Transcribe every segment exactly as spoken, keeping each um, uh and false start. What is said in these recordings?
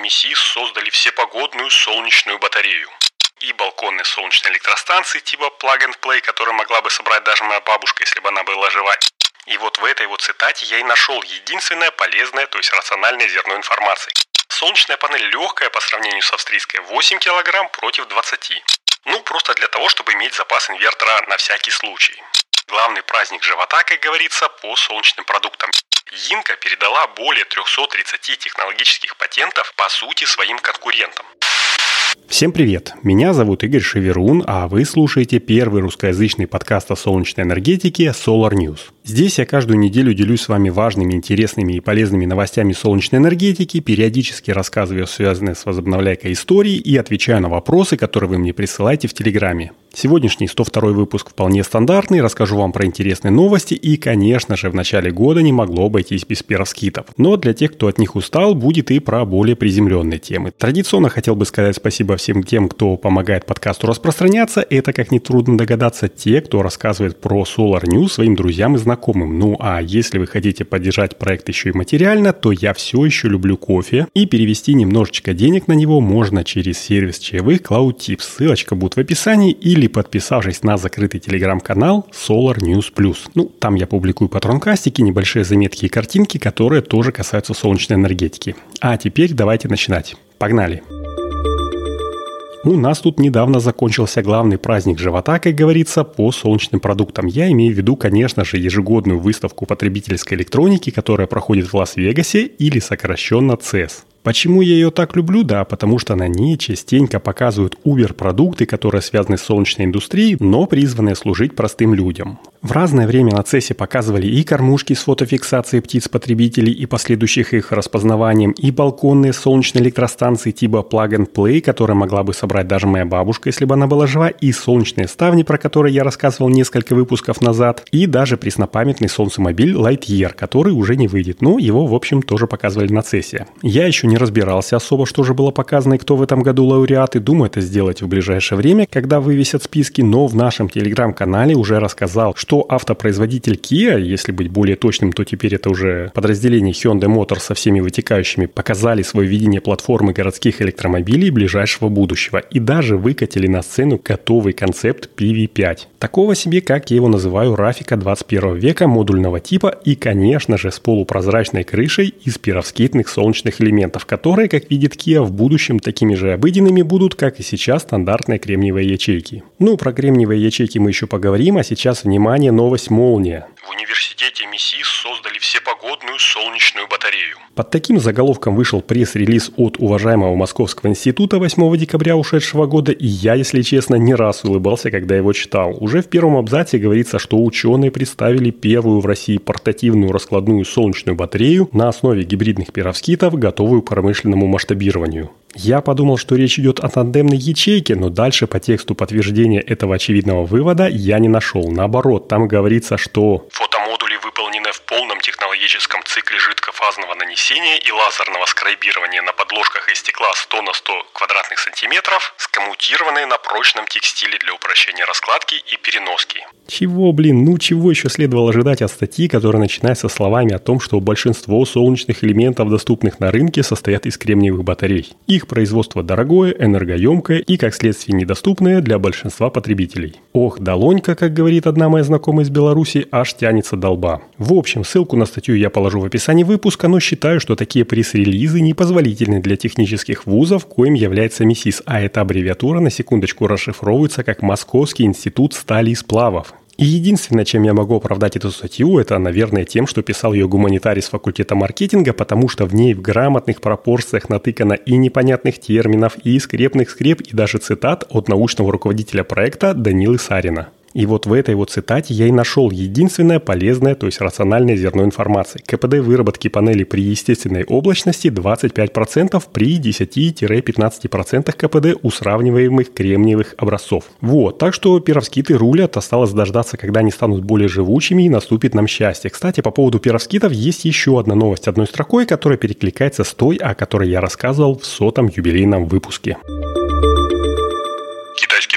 Месси создали всепогодную солнечную батарею. И балконные солнечные электростанции типа Plug and Play, которые могла бы собрать даже моя бабушка, если бы она была жива. И вот в этой вот цитате я и нашел единственное полезное, то есть рациональное зерно информации. Солнечная панель легкая по сравнению с австрийской, восемь килограмм против двадцати. Ну, просто для того, чтобы иметь запас инвертора на всякий случай. Главный праздник живота, как говорится, по солнечным продуктам. Yinka передала более триста тридцать технологических патентов, по сути, своим конкурентам. Всем привет! Меня зовут Игорь Шеверун, а вы слушаете первый русскоязычный подкаст о солнечной энергетике Solar News. Здесь я каждую неделю делюсь с вами важными, интересными и полезными новостями солнечной энергетики, периодически рассказываю связанные с возобновляйкой истории и отвечаю на вопросы, которые вы мне присылаете в Телеграме. Сегодняшний сто второй выпуск вполне стандартный, расскажу вам про интересные новости и, конечно же, в начале года не могло обойтись без перовскитов. Но для тех, кто от них устал, будет и про более приземленные темы. Традиционно хотел бы сказать спасибо всем тем, кто помогает подкасту распространяться. Это, как нетрудно догадаться, те, кто рассказывает про Solar News своим друзьям и знакомым. Ну а если вы хотите поддержать проект еще и материально, то я все еще люблю кофе. И перевести немножечко денег на него можно через сервис чаевых CloudTips. Ссылочка будет в описании или подписавшись на закрытый телеграм-канал Solar News Plus. Ну, там я публикую патронкастики, небольшие заметки и картинки, которые тоже касаются солнечной энергетики. А теперь давайте начинать. Погнали! У нас тут недавно закончился главный праздник живота, как говорится, по солнечным продуктам. Я имею в виду, конечно же, ежегодную выставку потребительской электроники, которая проходит в Лас-Вегасе или сокращенно цес. Почему я ее так люблю? Да, потому что на ней частенько показывают Uber-продукты, которые связаны с солнечной индустрией, но призванные служить простым людям. В разное время на цесе показывали и кормушки с фотофиксацией птиц-потребителей и последующих их распознаванием, и балконные солнечные электростанции типа Plug and Play, которые могла бы собрать даже моя бабушка, если бы она была жива, и солнечные ставни, про которые я рассказывал несколько выпусков назад, и даже преснопамятный солнцемобиль Lightyear, который уже не выйдет, но его, в общем, тоже показывали на цесе. Я еще не разбирался особо, что же было показано и кто в этом году лауреаты. Думаю это сделать в ближайшее время, когда вывесят списки, но в нашем телеграм-канале уже рассказал, что автопроизводитель Kia, если быть более точным, то теперь это уже подразделение Hyundai Motors со всеми вытекающими, показали свое видение платформы городских электромобилей ближайшего будущего и даже выкатили на сцену готовый концепт пи ви пять. Такого себе, как я его называю, рафика двадцать первого века, модульного типа и, конечно же, с полупрозрачной крышей из перовскитных солнечных элементов, которые, как видит Kia, в будущем такими же обыденными будут, как и сейчас стандартные кремниевые ячейки. Ну, про кремниевые ячейки мы еще поговорим, а сейчас, внимание, новость молния. В университете Месси создали всепогодную солнечную батарею. Под таким заголовком вышел пресс-релиз от уважаемого Московского института восьмого декабря ушедшего года, и я, если честно, не раз улыбался, когда его читал. Уже в первом абзаце говорится, что ученые представили первую в России портативную раскладную солнечную батарею на основе гибридных перовскитов, готовую к промышленному масштабированию. Я подумал, что речь идет о тандемной ячейке, но дальше по тексту подтверждения этого очевидного вывода я не нашел. Наоборот, там говорится, что фотомодули выполнены в полном технологическом цикле жидкофазного нанесения и лазерного скрайбирования на подложках из стекла сто на сто квадратных сантиметров, скоммутированные на прочном текстиле для упрощения раскладки и переноски. Чего, блин, ну чего еще следовало ожидать от статьи, которая начинается словами о том, что большинство солнечных элементов, доступных на рынке, состоят из кремниевых батарей. Их производство дорогое, энергоемкое и, как следствие, недоступное для большинства потребителей. Ох, долонька, как говорит одна моя знакомая из Беларуси, аж тянется до лба. В общем, ссылку на статью я положу в описании выпуска, но считаю, что такие пресс-релизы непозволительны для технических вузов, коим является МИСИС, а эта аббревиатура на секундочку расшифровывается как Московский институт стали и сплавов. И единственное, чем я могу оправдать эту статью, это, наверное, тем, что писал ее гуманитарий с факультета маркетинга, потому что в ней в грамотных пропорциях натыкано и непонятных терминов, и скрепных скреп, и даже цитат от научного руководителя проекта Данилы Сарина. И вот в этой вот цитате я и нашел единственное полезное, то есть рациональное зерно информации. КПД выработки панели при естественной облачности двадцать пять процентов при десять-пятнадцать процентов КПД у сравниваемых кремниевых образцов. Вот, так что перовскиты рулят, осталось дождаться, когда они станут более живучими и наступит нам счастье. Кстати, по поводу перовскитов есть еще одна новость одной строкой, которая перекликается с той, о которой я рассказывал в сотом юбилейном выпуске. Китайский производитель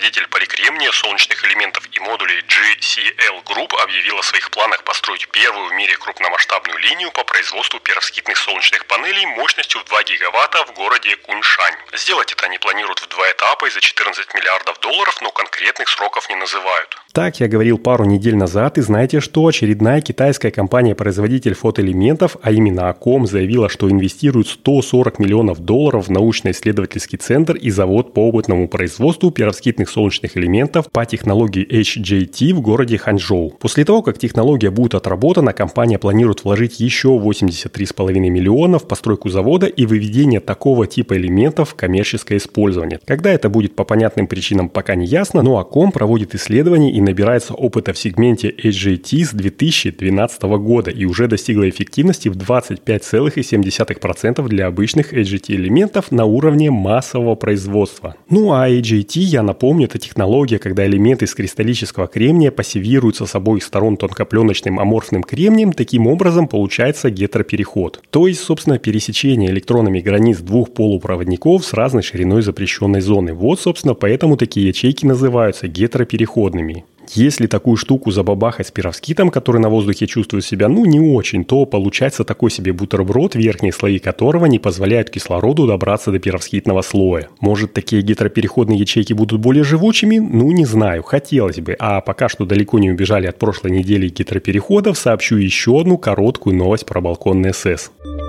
производитель поликремния, солнечных элементов и модулей джи си эл Group объявил о своих планах построить первую в мире крупномасштабную линию по производству перовскитных солнечных панелей мощностью в два гигаватта в городе Куньшань. Сделать это они планируют в два этапа и за четырнадцать миллиардов долларов, но конкретных сроков не называют. Так я говорил пару недель назад, и знаете что? Очередная китайская компания-производитель фотоэлементов, а именно Акком, заявила, что инвестирует сто сорок миллионов долларов в научно-исследовательский центр и завод по опытному производству перовскитных солнечных элементов по технологии эйч джей ти в городе Ханчжоу. После того, как технология будет отработана, компания планирует вложить еще восемьдесят три целых пять десятых миллиона в постройку завода и выведение такого типа элементов в коммерческое использование. Когда это будет, по понятным причинам пока не ясно, но Акком проводит исследования и набирается опыта в сегменте эйч джей ти с две тысячи двенадцатого года и уже достигла эффективности в двадцать пять целых семь десятых процента для обычных эйч джей ти элементов на уровне массового производства. Ну а эйч джей ти, я напомню, это технология, когда элементы из кристаллического кремния пассивируются с обоих сторон тонкопленочным аморфным кремнием, таким образом получается гетеропереход. То есть, собственно, пересечение электронами границ двух полупроводников с разной шириной запрещенной зоны. Вот, собственно, поэтому такие ячейки называются гетеропереходными. Если такую штуку забабахать с перовскитом, который на воздухе чувствует себя, ну, не очень, то получается такой себе бутерброд, верхние слои которого не позволяют кислороду добраться до перовскитного слоя. Может, такие гетеропереходные ячейки будут более живучими? Ну, не знаю, хотелось бы. А пока что далеко не убежали от прошлой недели гетеропереходов, сообщу еще одну короткую новость про балконный эс эс.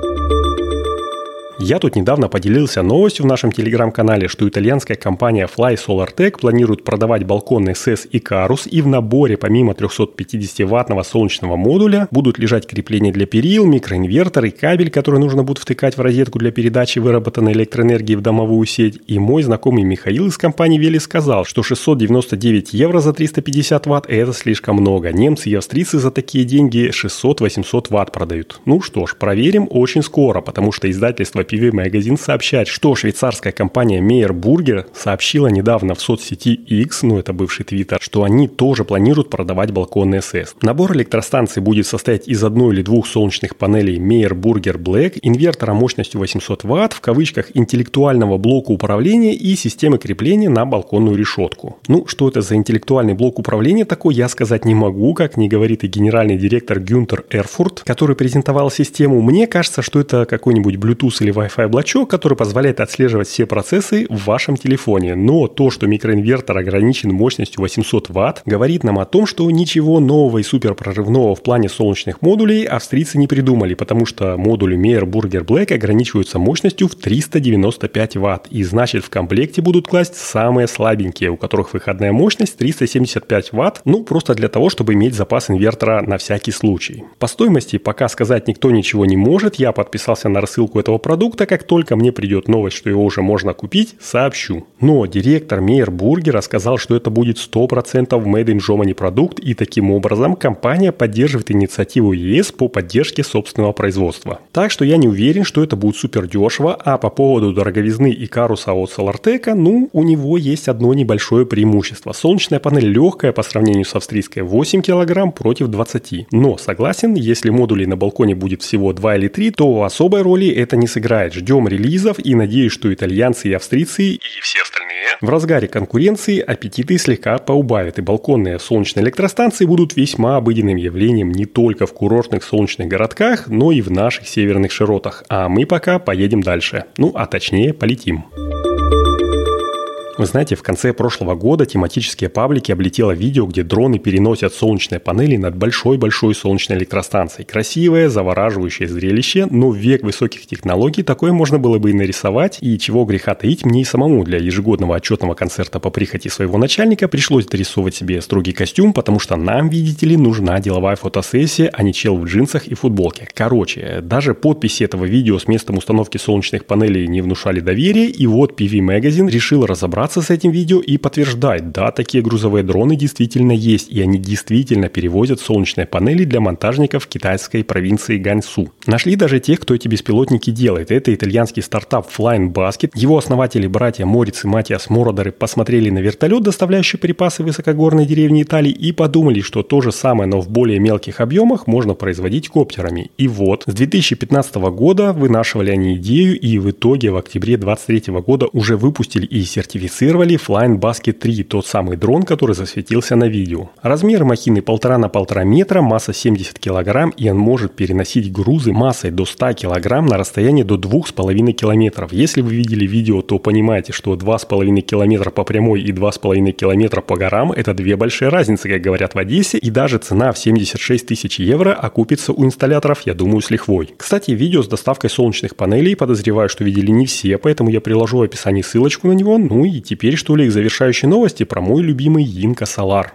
Я тут недавно поделился новостью в нашем телеграм-канале, что итальянская компания Fly SolarTech планирует продавать балконный эс эс Icarus, и в наборе помимо трехсотпятидесятиваттного солнечного модуля будут лежать крепления для перил, микроинвертор и кабель, который нужно будет втыкать в розетку для передачи выработанной электроэнергии в домовую сеть. И мой знакомый Михаил из компании Вели сказал, что шестьсот девяносто девять евро за триста пятьдесят ватт – это слишком много. Немцы и австрийцы за такие деньги шестьсот-восемьсот ватт продают. Ну что ж, проверим очень скоро, потому что издательство пи ви Magazine сообщает, что швейцарская компания Meyer Burger сообщила недавно в соцсети X, ну это бывший Twitter, что они тоже планируют продавать балконный эс эс. Набор электростанций будет состоять из одной или двух солнечных панелей Meyer Burger Black, инвертора мощностью восемьсот ватт, в кавычках интеллектуального блока управления и системы крепления на балконную решетку. Ну, что это за интеллектуальный блок управления такой, я сказать не могу, как не говорит и генеральный директор Гюнтер Эрфурт, который презентовал систему. Мне кажется, что это какой-нибудь Bluetooth или Wi-Fi блочок, который позволяет отслеживать все процессы в вашем телефоне. Но то, что микроинвертор ограничен мощностью восемьсот ватт, говорит нам о том, что ничего нового и суперпрорывного в плане солнечных модулей австрийцы не придумали, потому что модули Meyer Burger Black ограничиваются мощностью в триста девяносто пять ватт, и значит в комплекте будут класть самые слабенькие, у которых выходная мощность триста семьдесят пять ватт, ну просто для того, чтобы иметь запас инвертора на всякий случай. По стоимости пока сказать никто ничего не может, я подписался на рассылку этого продукта, как только мне придет новость, что его уже можно купить, сообщу. Но директор Meyer Burger сказал, что это будет сто процентов Made in Germany продукт, и таким образом компания поддерживает инициативу ЕС по поддержке собственного производства. Так что я не уверен, что это будет супер дешево, а по поводу дороговизны Icarus от SolarTech, ну, у него есть одно небольшое преимущество. Солнечная панель легкая по сравнению с австрийской, восемь килограмм против двадцати. Но согласен, если модулей на балконе будет всего два или три, то особой роли это не сыграет. Ждем релизов и надеюсь, что итальянцы и австрийцы и все остальные в разгаре конкуренции аппетиты слегка поубавят, и балконные солнечные электростанции будут весьма обыденным явлением не только в курортных солнечных городках, но и в наших северных широтах. А мы пока поедем дальше. Ну, а точнее, полетим. Вы знаете, в конце прошлого года тематические паблики облетело видео, где дроны переносят солнечные панели над большой-большой солнечной электростанцией. Красивое, завораживающее зрелище, но в век высоких технологий такое можно было бы и нарисовать, и чего греха таить, мне и самому для ежегодного отчетного концерта по прихоти своего начальника пришлось дорисовывать себе строгий костюм, потому что нам, видите ли, нужна деловая фотосессия, а не чел в джинсах и футболке. Короче, даже подписи этого видео с местом установки солнечных панелей не внушали доверия, и вот пи ви Magazine решил разобраться с этим видео и подтверждает, да, такие грузовые дроны действительно есть, и они действительно перевозят солнечные панели для монтажников в китайской провинции Ганьсу. Нашли даже тех, кто эти беспилотники делает. Это итальянский стартап Flying Basket. Его основатели, братья Мориц и Матиас Мородеры, посмотрели на вертолет, доставляющий припасы в высокогорной деревне Италии, и подумали, что то же самое, но в более мелких объемах можно производить коптерами. И вот, с две тысячи пятнадцатого года вынашивали они идею, и в итоге в октябре две тысячи двадцать третьего года уже выпустили и сертифицировали модифицировали Flying Basket три, тот самый дрон, который засветился на видео. Размеры махины полтора на полтора метра, масса семьдесят килограмм, и он может переносить грузы массой до ста килограмм на расстояние до двух с половиной километров. Если вы видели видео, то понимаете, что два с половиной километра по прямой и два с половиной километра по горам – это две большие разницы, как говорят в Одессе, и даже цена в семьдесят шесть тысяч евро окупится у инсталляторов, я думаю, с лихвой. Кстати, видео с доставкой солнечных панелей, подозреваю, что видели не все, поэтому я приложу в описании ссылочку на него. Ну и теперь, что ли, к завершающей новости про мой любимый Yinka Solar.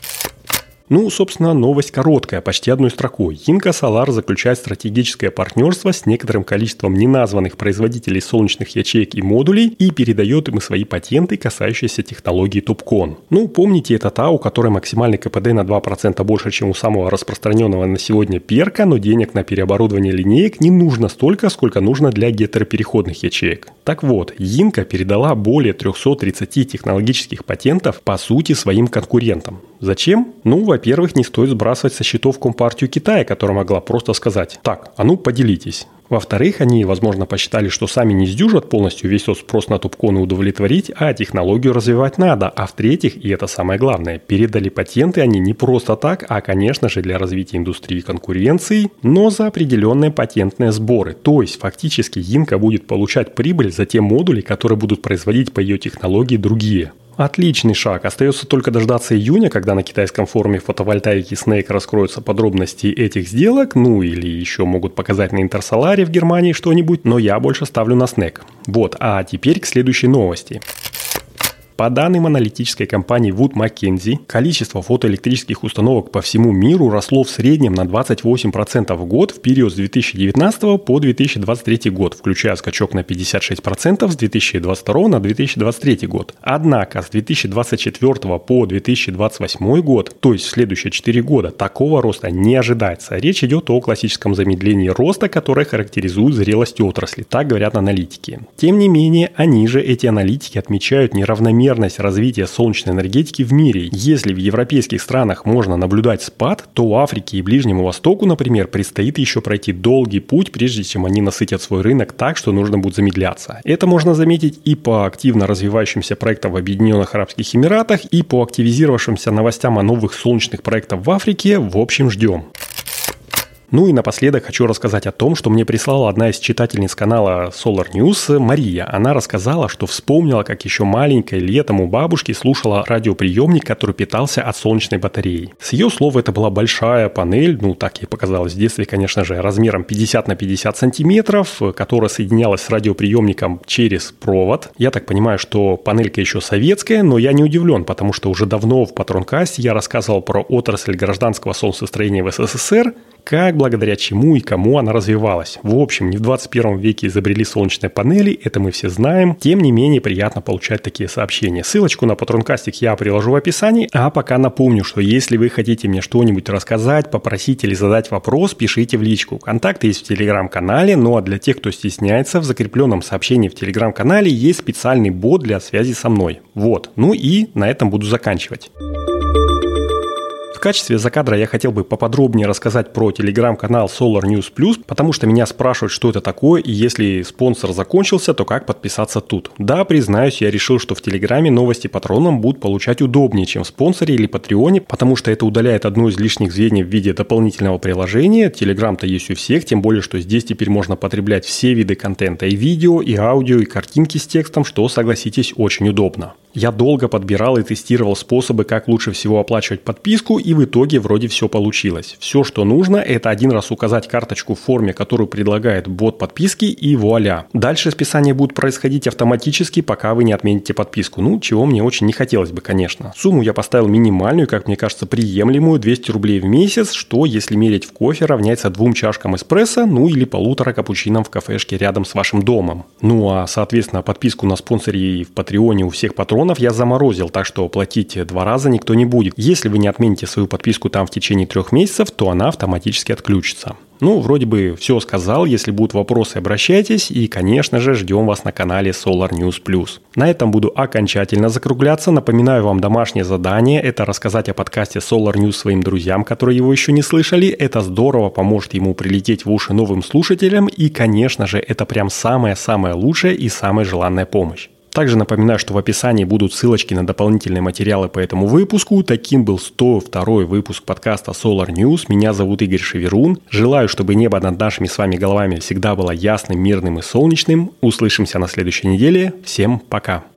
Ну, собственно, новость короткая, почти одной строкой. Yinka Solar заключает стратегическое партнерство с некоторым количеством неназванных производителей солнечных ячеек и модулей и передает им свои патенты, касающиеся технологии TOPCon. Ну, помните, это та, у которой максимальный КПД на два процента больше, чем у самого распространенного на сегодня перка, но денег на переоборудование линеек не нужно столько, сколько нужно для гетеропереходных ячеек. Так вот, Yinka передала более триста тридцать технологических патентов, по сути, своим конкурентам. Зачем? Ну, во-первых, не стоит сбрасывать со счетов Компартию Китая, которая могла просто сказать: так, а ну поделитесь. Во-вторых, они, возможно, посчитали, что сами не сдюжат полностью весь тот спрос на TOPCon удовлетворить, а технологию развивать надо. А в-третьих, и это самое главное, передали патенты они не просто так, а, конечно же, для развития индустрии конкуренции, но за определенные патентные сборы. То есть, фактически, Yinka будет получать прибыль за те модули, которые будут производить по ее технологии другие. Отличный шаг. Остается только дождаться июня, когда на китайском форуме фотовольтаики Snake раскроются подробности этих сделок, ну или еще могут показать на Интерсоларе в Германии что-нибудь, но я больше ставлю на Snake. Вот, а теперь к следующей новости. По данным аналитической компании Wood Mackenzie, количество фотоэлектрических установок по всему миру росло в среднем на двадцать восемь процентов в год в период с две тысячи девятнадцатого по две тысячи двадцать третий год, включая скачок на пятьдесят шесть процентов с две тысячи двадцать второго на две тысячи двадцать третий год. Однако с две тысячи двадцать четвёртого по две тысячи двадцать восьмой год, то есть в следующие четыре года, такого роста не ожидается. Речь идет о классическом замедлении роста, которое характеризует зрелость отрасли, так говорят аналитики. Тем не менее, они же, эти аналитики, отмечают неравномерность развития солнечной энергетики в мире. Если в европейских странах можно наблюдать спад, то в Африке и Ближнему Востоку, например, предстоит еще пройти долгий путь, прежде чем они насытят свой рынок так, что нужно будет замедляться. Это можно заметить и по активно развивающимся проектам в Объединенных Арабских Эмиратах, и по активизировавшимся новостям о новых солнечных проектах в Африке. В общем, ждем. Ну и напоследок хочу рассказать о том, что мне прислала одна из читательниц канала Solar News, Мария. Она рассказала, что вспомнила, как еще маленькой летом у бабушки слушала радиоприемник, который питался от солнечной батареи. С ее слов, это была большая панель, ну так ей показалось в детстве, конечно же, размером пятьдесят на пятьдесят сантиметров, которая соединялась с радиоприемником через провод. Я так понимаю, что панелька еще советская, но я не удивлен, потому что уже давно в Патронкасте я рассказывал про отрасль гражданского солнцестроения в СССР, как, благодаря чему и кому она развивалась. В общем, не в двадцать первом веке изобрели солнечные панели, это мы все знаем. Тем не менее, приятно получать такие сообщения. Ссылочку на Патронкастик я приложу в описании. А пока напомню, что если вы хотите мне что-нибудь рассказать, попросить или задать вопрос, пишите в личку. Контакты есть в Телеграм-канале, ну а для тех, кто стесняется, в закрепленном сообщении в Телеграм-канале есть специальный бот для связи со мной. Вот. Ну и на этом буду заканчивать. В качестве закадра я хотел бы поподробнее рассказать про телеграм-канал Solar News Plus, потому что меня спрашивают, что это такое, и если спонсор закончился, то как подписаться тут. Да, признаюсь, я решил, что в Телеграме новости патронам будут получать удобнее, чем в спонсоре или патреоне, потому что это удаляет одно из лишних звеньев в виде дополнительного приложения. Телеграм-то есть у всех, тем более, что здесь теперь можно потреблять все виды контента, и видео, и аудио, и картинки с текстом, что, согласитесь, очень удобно. Я долго подбирал и тестировал способы, как лучше всего оплачивать подписку, и в итоге вроде все получилось. Все, что нужно, это один раз указать карточку в форме, которую предлагает бот подписки, и вуаля. Дальше списание будет происходить автоматически, пока вы не отмените подписку. Ну, чего мне очень не хотелось бы, конечно. Сумму я поставил минимальную, как мне кажется, приемлемую, двести рублей в месяц, что, если мерить в кофе, равняется двум чашкам эспрессо, ну или полутора капучинам в кафешке рядом с вашим домом. Ну а, соответственно, подписку на спонсоре и в Патреоне у всех патронов я заморозил, так что платить два раза никто не будет. Если вы не отмените свою подписку там в течение трех месяцев, то она автоматически отключится. Ну, вроде бы все сказал. Если будут вопросы, обращайтесь. И, конечно же, ждем вас на канале Solar News Plus. На этом буду окончательно закругляться. Напоминаю вам домашнее задание. Это рассказать о подкасте Solar News своим друзьям, которые его еще не слышали. Это здорово поможет ему прилететь в уши новым слушателям. И, конечно же, это прям самая-самая лучшая и самая желанная помощь. Также напоминаю, что в описании будут ссылочки на дополнительные материалы по этому выпуску. Таким был сто второй выпуск подкаста Solar News. Меня зовут Игорь Шеверун. Желаю, чтобы небо над нашими с вами головами всегда было ясным, мирным и солнечным. Услышимся на следующей неделе. Всем пока!